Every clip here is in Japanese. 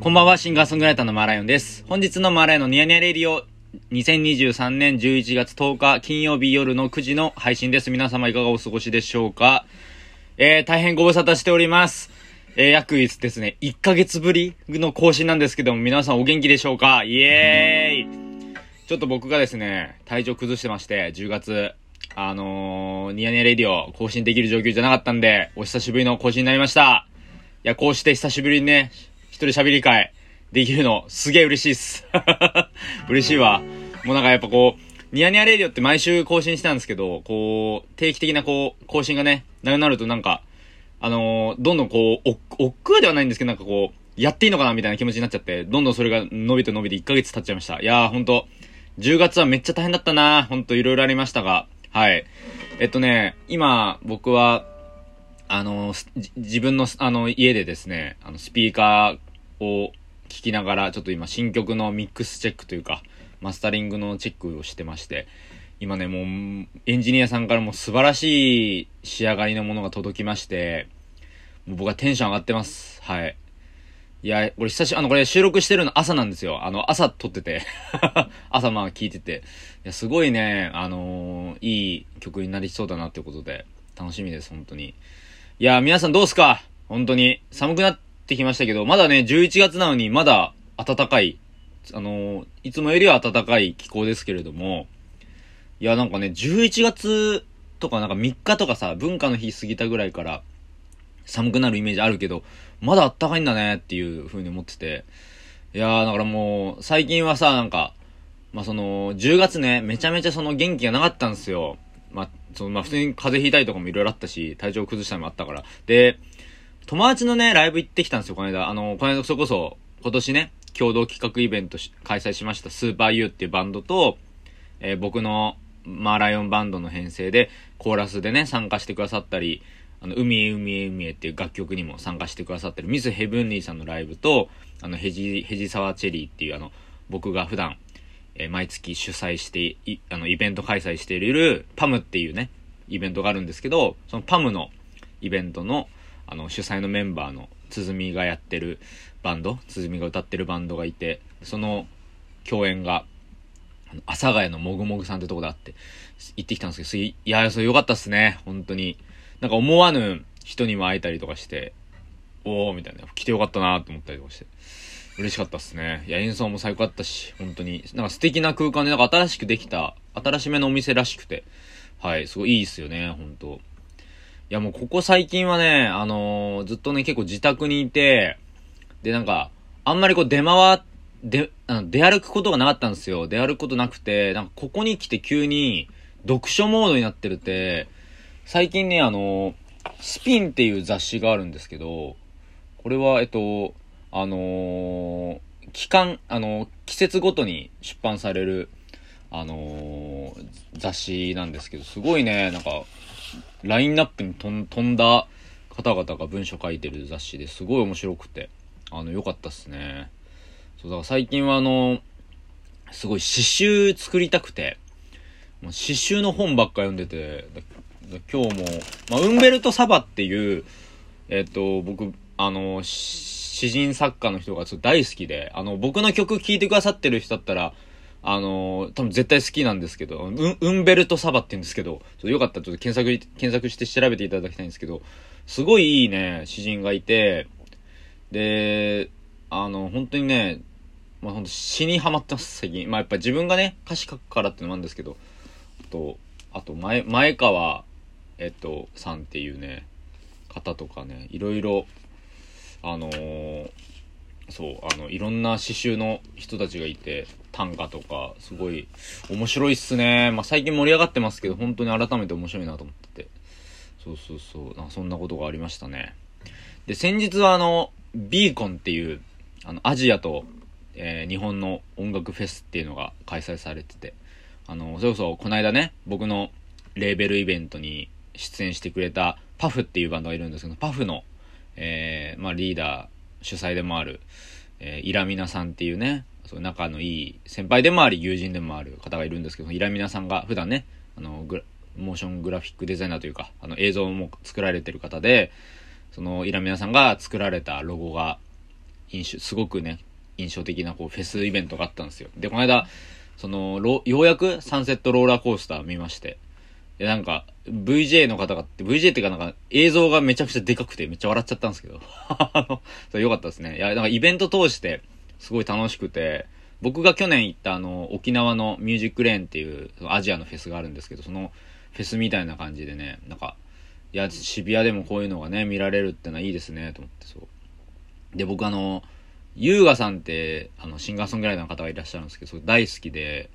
こんばんは、シンガーソングライターのマーライオンです。本日のマーライオンのニヤニヤレディオ、2023年11月10日金曜日夜の9時の配信です。皆様いかがお過ごしでしょうか。大変ご無沙汰しております。約ですね、1ヶ月ぶりの更新なんですけども、皆さんお元気でしょうか。イエーイ。ちょっと僕がですね、体調崩してまして、10月、ニヤニヤレディオ更新できる状況じゃなかったんで、お久しぶりの更新になりました。いや、こうして久しぶりにね、一人喋り会できるの、すげえ嬉しいっす。嬉しいわ。もうなんかやっぱこう、ニヤニヤレディオって毎週更新してたんですけど、こう、定期的なこう、更新がね、なくなるとなんか、どんどんこう、億劫ではないんですけど、なんかこう、やっていいのかなみたいな気持ちになっちゃって、どんどんそれが伸びて1ヶ月経っちゃいました。いやーほんと、10月はめっちゃ大変だったなー。ほんといろいろありましたが、はい。今、僕は、自分の、家でですね、スピーカーを聞きながら、ちょっと今、新曲のミックスチェックというか、マスタリングのチェックをしてまして、今ね、もう、エンジニアさんからも素晴らしい仕上がりのものが届きまして、もう僕はテンション上がってます。はい。いや、これこれ収録してるの朝なんですよ。朝撮ってて。朝まあ聞いてて。いや、すごいね、いい曲になりそうだなっていうことで、楽しみです、本当に。いや、皆さんどうすか？本当に。寒くなってきましたけど、まだね、11月なのにまだ暖かい。いつもよりは暖かい気候ですけれども、いや、なんかね、11月とかなんか3日とかさ、文化の日過ぎたぐらいから寒くなるイメージあるけど、まだ暖かいんだねっていう風に思ってて。いやー、だからもう、最近はさ、なんか、10月ね、めちゃめちゃ元気がなかったんですよ。普通に風邪ひいたりとかもいろいろあったし、体調崩したりもあったから。で、友達のね、ライブ行ってきたんですよ、この間。この間それこそ、今年ね、共同企画イベント開催しました、スーパーユーっていうバンドと、僕の、ライオンバンドの編成で、コーラスでね、参加してくださったり、海へ海へ海へっていう楽曲にも参加してくださってるミスヘブンリーさんのライブと、ヘジサワチェリーっていう僕が普段、毎月主催してイベント開催しているパムっていうね、イベントがあるんですけど、そのパムのイベントの、主催のメンバーのつづみがやってるバンド、つづみが歌ってるバンドがいて、その共演が、阿佐ヶ谷のもぐもぐさんってとこであって、行ってきたんですけど、いや、それ良かったっすね、本当に。なんか思わぬ人にも会えたりとかして、おーみたいな、来てよかったなーって思ったりとかして。嬉しかったっすね。いや、演奏も最高だったし、本当に。なんか素敵な空間で、なんか新しくできた、新しめのお店らしくて、はい、すごいいいっすよね、本当。いや、もうここ最近はね、ずっとね、結構自宅にいて、で、なんか、あんまりこう出歩くことがなかったんですよ。出歩くことなくて、なんかここに来て急に、読書モードになってるって、最近ね、スピンっていう雑誌があるんですけど、これは、季節ごとに出版される、雑誌なんですけど、すごいね、なんか、ラインナップに飛んだ方々が文章書いてる雑誌ですごい面白くて、良かったっすね。そう、だから最近はすごい詩集作りたくて、もう詩集の本ばっか読んでて、今日も、ウンベルト・サバっていう、僕、詩人作家の人が大好きで、僕の曲聴いてくださってる人だったら、多分絶対好きなんですけど、ウンベルト・サバって言うんですけど、よかったらちょっと検索して調べていただきたいんですけど、すごいいいね、詩人がいて、で、本当にね、本当詩にハマってます、最近。やっぱ自分がね、歌詞書くからっていうのもあるんですけど、あと前川、さんっていうね、方とかね、いろいろ、いろんな詩集の人たちがいて、短歌とか、すごい面白いっすね。最近盛り上がってますけど、本当に改めて面白いなと思ってて。なんかそんなことがありましたね。で、先日はビーコンっていう、アジアと、日本の音楽フェスっていうのが開催されてて、それこそ、この間ね、僕のレーベルイベントに出演してくれたパフっていうバンドがいるんですけど、パフの、リーダー、主催でもある、イラミナさんっていうね、そう仲のいい先輩でもあり友人でもある方がいるんですけど、イラミナさんが普段ね、モーショングラフィックデザイナーというか、映像も作られてる方で、そのイラミナさんが作られたロゴが、 すごくね、印象的なフェスイベントがあったんですよ。で、この間、ようやくサンセットローラーコースター見まして。で、なんか、VJ の方が、VJ っていうかなんか、映像がめちゃくちゃでかくてめっちゃ笑っちゃったんですけど。それ良かったですね。いや、なんかイベント通して、すごい楽しくて、僕が去年行った沖縄のミュージックレーンっていう、アジアのフェスがあるんですけど、そのフェスみたいな感じでね、なんか、いや、渋谷でもこういうのがね、見られるってのはいいですね、と思って、そう。で、僕優雅さんって、シンガーソングライターの方がいらっしゃるんですけど、それ大好きで、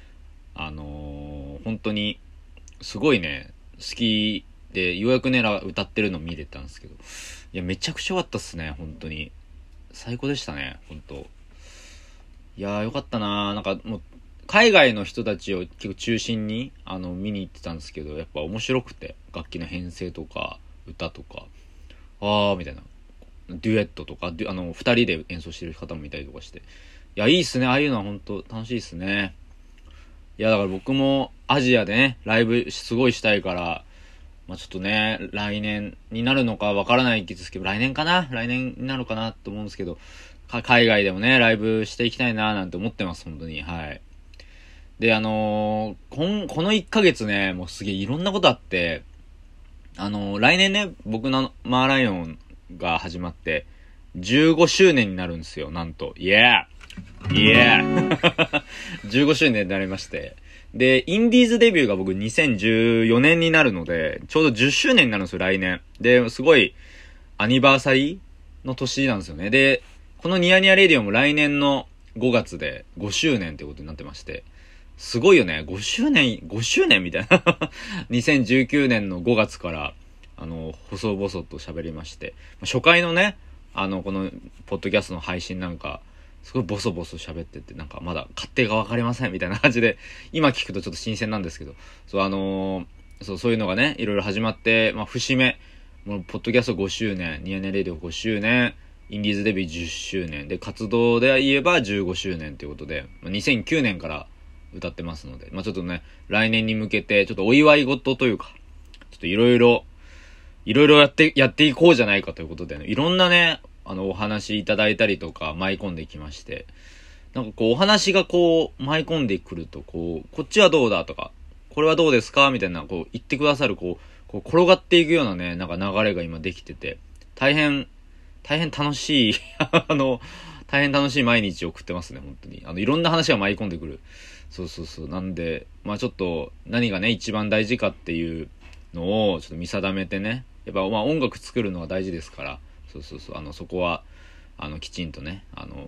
本当に、すごいね、好きで、ようやくね、歌ってるの見れたんですけど、いや、めちゃくちゃ良かったっすね、本当に。最高でしたね、本当。いやー、よかったなー。なんかもう、海外の人たちを結構中心に、見に行ってたんですけど、やっぱ面白くて、楽器の編成とか、歌とか、みたいな。デュエットとか、二人で演奏してる方もいたりとかして。いや、いいっすね。ああいうのは本当楽しいっすね。いや、だから僕もアジアでね、ライブすごいしたいから、まあちょっとね、来年になるのかわからないですけど、来年になるかなと思うんですけど、海外でもね、ライブしていきたいななんて思ってます、本当に。はい。で、この1ヶ月ね、もうすげえいろんなことあって、来年ね、僕のマーライオンが始まって、15周年になるんですよ、なんと。イエーイエー15周年になりまして。で、インディーズデビューが僕2014年になるので、ちょうど10周年になるんですよ、来年。で、すごい、アニバーサリーの年なんですよね。で、このニヤニヤレディオも来年の5月で5周年ってことになってまして、すごいよね。5周年みたいな。2019年の5月から、細々と喋りまして、初回のね、この、ポッドキャストの配信なんか、すごいボソボソ喋ってて、なんかまだ勝手がわかりませんみたいな感じで、今聞くとちょっと新鮮なんですけど、そういうのがね、いろいろ始まって、節目、もう、ポッドキャスト5周年、ニヤニヤレディオ5周年、インディーズデビュー10周年、で、活動で言えば15周年ということで、2009年から歌ってますので、ちょっとね、来年に向けて、ちょっとお祝い事というか、ちょっといろいろやっていこうじゃないかということで、いろんなね、お話いただいたりとか、舞い込んできまして、なんかお話が舞い込んでくると、こっちはどうだとか、これはどうですかみたいな、言ってくださる、転がっていくようなね、なんか流れが今できてて、大変楽しい、大変楽しい毎日を送ってますね、本当に。いろんな話が舞い込んでくる。そう。なんで、ちょっと、何がね、一番大事かっていうのを、ちょっと見定めてね、やっぱ、音楽作るのは大事ですから、そこは、きちんとね、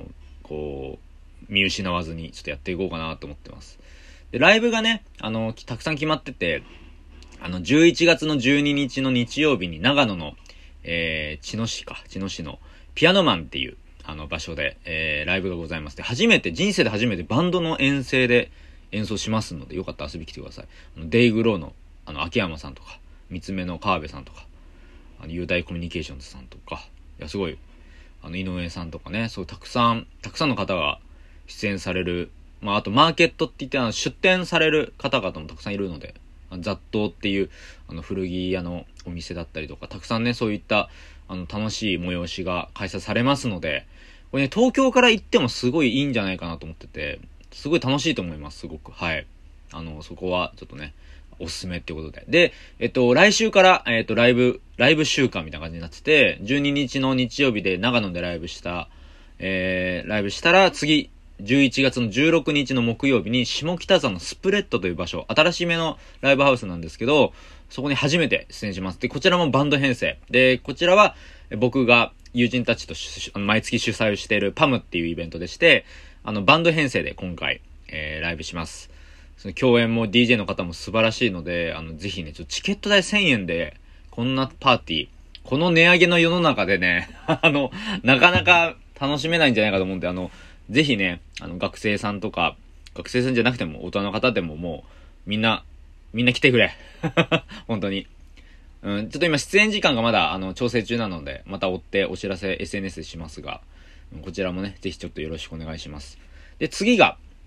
見失わずに、ちょっとやっていこうかなと思ってます。で、ライブがね、たくさん決まってて、11月の12日の日曜日に長野の、茅野市のピアノマンっていう、場所で、ライブがございます。で、人生で初めてバンドの遠征で演奏しますので、よかったら遊びに来てください。デイグローの、秋山さんとか、三つ目の川辺さんとか、雄大コミュニケーションズさんとか、いや、すごい、井上さんとかね、そう、たくさんの方が出演される、あと、マーケットって言って、出店される方々もたくさんいるので、雑踏っていう、古着屋のお店だったりとか、たくさんね、そういった、楽しい催しが開催されますので、これね、東京から行ってもすごいいいんじゃないかなと思ってて、すごい楽しいと思います、すごく。はい。そこは、ちょっとね、おすすめってことで。で、来週から、ライブ週間みたいな感じになってて、12日の日曜日で長野でライブしたら、次、11月の16日の木曜日に下北沢のスプレッドという場所、新しめのライブハウスなんですけど、そこに初めて出演します。で、こちらもバンド編成。で、こちらは僕が友人たちと毎月主催をしているパムっていうイベントでして、バンド編成で今回、ライブします。その共演も DJ の方も素晴らしいので、ぜひね、チケット代1000円で、こんなパーティー、この値上げの世の中でね、なかなか楽しめないんじゃないかと思うんで、ぜひね、学生さんとか、学生さんじゃなくても大人の方でももう、みんな来てくれ。本当に。ちょっと今出演時間がまだ、調整中なので、また追ってお知らせ SNS でしますが、こちらもね、ぜひちょっとよろしくお願いします。で、次が、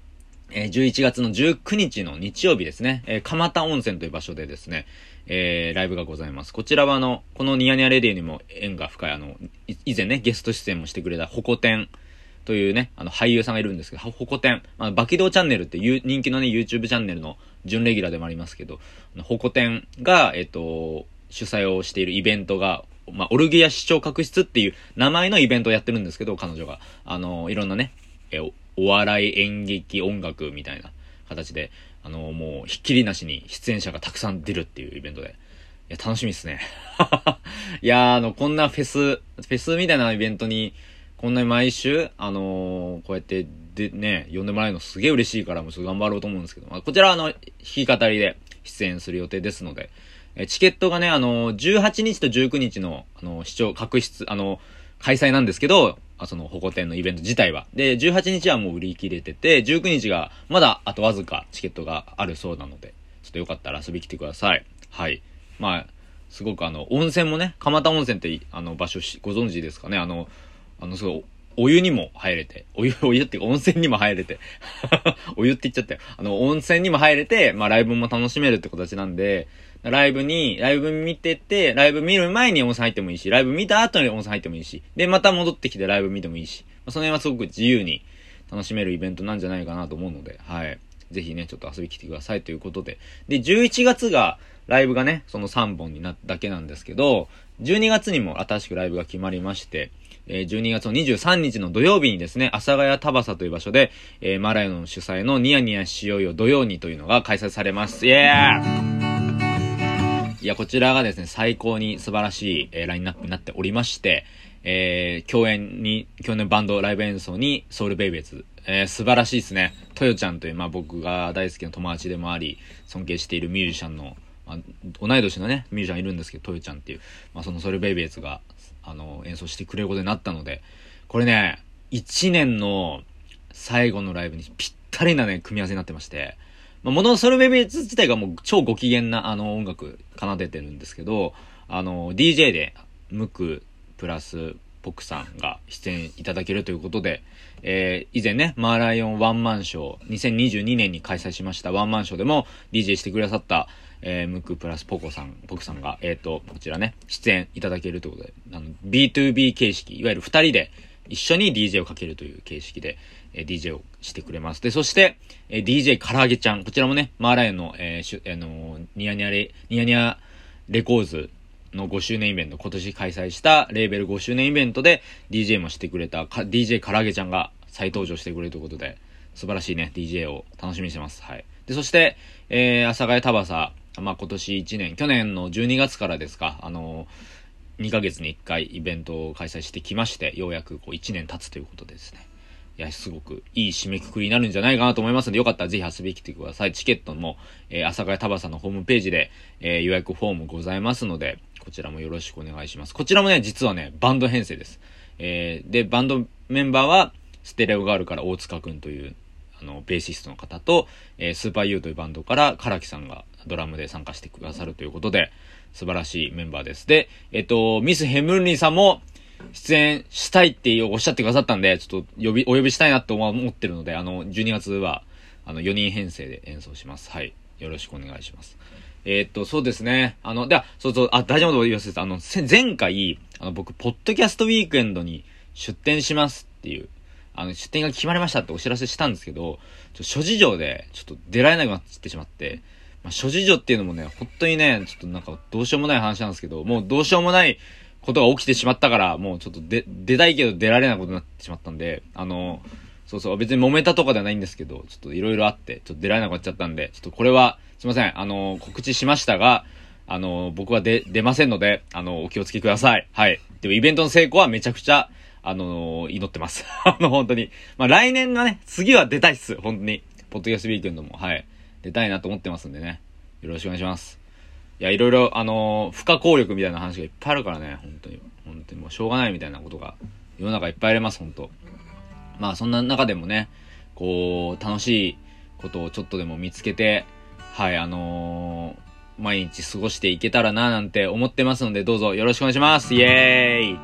11月の19日の日曜日ですね、蒲田温泉という場所でですね、ライブがございます。こちらはこのニヤニヤレディにも縁が深い、以前ね、ゲスト出演もしてくれたホコ天というね、俳優さんがいるんですけど、ホコ天、バキドーチャンネルっていう人気のね、YouTube チャンネルの準レギュラーでもありますけど、ホコ天が、主催をしているイベントが、オルギア視聴覚室っていう名前のイベントをやってるんですけど、彼女が。いろんなね、お笑い、演劇、音楽みたいな形で、もう、ひっきりなしに出演者がたくさん出るっていうイベントで。いや、楽しみですね。いやこんなフェスみたいなイベントに、こんなに毎週、こうやって、で、ね、呼んでもらえるのすげえ嬉しいから、もうちょっと頑張ろうと思うんですけど、こちらは弾き語りで出演する予定ですので、チケットがね、18日と19日の、視聴、各室、開催なんですけど、その、ホコ天のイベント自体は。で、18日はもう売り切れてて、19日が、まだあとわずかチケットがあるそうなので、ちょっとよかったら遊び来てください。はい。すごく温泉もね、蒲田温泉って、場所ご存知ですかね？そう、お湯にも入れて、お湯っていうか温泉にも入れて、お湯って言っちゃったよ。温泉にも入れて、ライブも楽しめるって形なんで、ライブ見てて、ライブ見る前に温泉入ってもいいし、ライブ見た後に温泉入ってもいいし、で、また戻ってきてライブ見てもいいし、その辺はすごく自由に楽しめるイベントなんじゃないかなと思うので、はい。ぜひね、ちょっと遊び来てくださいということで。で、11月が、ライブがね、その3本になっただけなんですけど、12月にも新しくライブが決まりまして、12月の23日の土曜日にですね、阿佐ヶ谷タバサという場所で、マラヨの主催のニヤニヤしようよ土曜にというのが開催されます。イエーイ！いや、こちらがですね、最高に素晴らしい、ラインナップになっておりまして、共演バンドライブ演奏にソウルベイベーズ、素晴らしいですね。トヨちゃんという、僕が大好きな友達でもあり、尊敬しているミュージシャンの、同い年のね、ミュージシャンいるんですけど、トヨちゃんっていう、そのソウルベイベーズが、演奏してくれることになったので、これね、1年の最後のライブにぴったりなね、組み合わせになってまして、元のソウルベイベーズ自体がもう超ご機嫌な音楽奏でてるんですけど、DJ で、ムクプラスポクさんが出演いただけるということで、以前ね、マーライオンワンマンショー、2022年に開催しましたワンマンショーでも DJ してくださった、ムクプラスポクさんが、こちらね、出演いただけるということで、B2B 形式、いわゆる二人で一緒に DJ をかけるという形式で、DJ をしてくれます。で、そして、DJ 唐揚げちゃん、こちらもね、マーライオンの、ニヤニヤレコーズの5周年イベント、今年開催したレーベル5周年イベントで DJ もしてくれたDJ 唐揚げちゃんが再登場してくれるということで、素晴らしいね、DJ を楽しみにしてます。はい。で、そして、阿佐ヶ谷タバサ、今年1年、去年の12月からですか、2ヶ月に1回イベントを開催してきまして、ようやく1年経つということでですね。いや、すごくいい締めくくりになるんじゃないかなと思いますので、よかったらぜひ遊びに来てください。チケットも、阿佐ヶ谷タバサのホームページで、予約フォームございますので、こちらもよろしくお願いします。こちらもね、実はね、バンド編成です。で、バンドメンバーは、ステレオガールから大塚くんという、ベーシストの方と、スーパーユーというバンドから唐木さんがドラムで参加してくださるということで、素晴らしいメンバーです。で、ミスヘムンリンさんも出演したいっておっしゃってくださったんで、ちょっとお呼びしたいなと思ってるので、12月は、4人編成で演奏します。はい。よろしくお願いします。そうですね。大事なことを言わせて、前回、僕、ポッドキャストウィークエンドに出展しますっていう、出展が決まりましたってお知らせしたんですけど、諸事情で、ちょっと出られなくなってしまって、諸事情っていうのもね、本当にね、ちょっとなんかどうしようもない話なんですけど、もうどうしようもないことが起きてしまったから、もうちょっと出たいけど出られないことになってしまったんで、別に揉めたとかではないんですけど、ちょっといろいろあって、ちょっと出られなくなっちゃったんで、ちょっとこれは、すいません、告知しましたが、僕は出ませんので、お気をつけください。はい。でもイベントの成功はめちゃくちゃ、祈ってます。本当に。来年のね、次は出たいっす。本当に。ポッドキャストウィークエンドも、はい。出たいなと思ってますんでね。よろしくお願いします。いや、いろいろ、不可抗力みたいな話がいっぱいあるからね、本当にもうしょうがないみたいなことが、世の中いっぱいあります、本当。そんな中でもね、楽しいことをちょっとでも見つけて、はい、毎日過ごしていけたらな、なんて思ってますので、どうぞよろしくお願いします。イエーイ！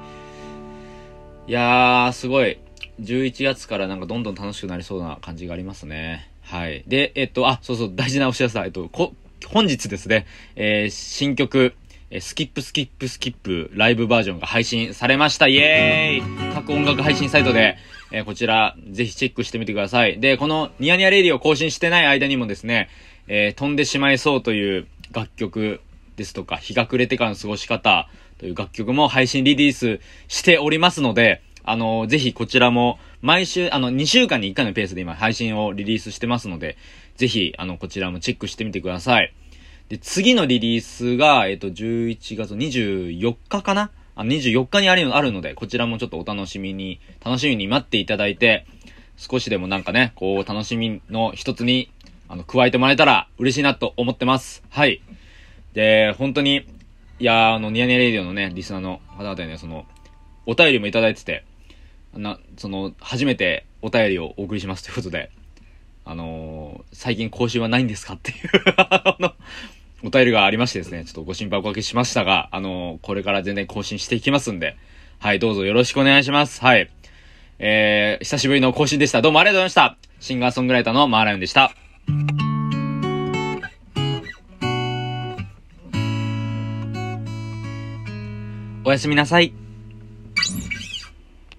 いやー、すごい。11月からなんかどんどん楽しくなりそうな感じがありますね。 はい。で、そうそう、大事なお知らせだ。本日ですね、新曲、スキップスキップスキップライブバージョンが配信されました。イエーイ。各音楽配信サイトで、こちら、ぜひチェックしてみてください。で、このニヤニヤレディを更新してない間にもですね、飛んでしまいそうという楽曲ですとか、日が暮れてからの過ごし方という楽曲も配信リリースしておりますので、ぜひこちらも毎週、2週間に1回のペースで今配信をリリースしてますので、ぜひ、こちらもチェックしてみてください。で、次のリリースが、11月24日かな24日にあるので、こちらもちょっとお楽しみに待っていただいて、少しでもなんかね、こう、楽しみの一つに、加えてもらえたら嬉しいなと思ってます。はい。で、本当に、いやニヤニヤレディオのね、リスナーの方々にね、お便りもいただいてて、初めてお便りをお送りしますということで、最近更新はないんですかっていうお便りがありましてですね、ちょっとご心配おかけしましたが、これから全然更新していきますんで、はい、どうぞよろしくお願いします。はい。久しぶりの更新でした。どうもありがとうございました。シンガーソングライターのマーライオンでした。おやすみなさい。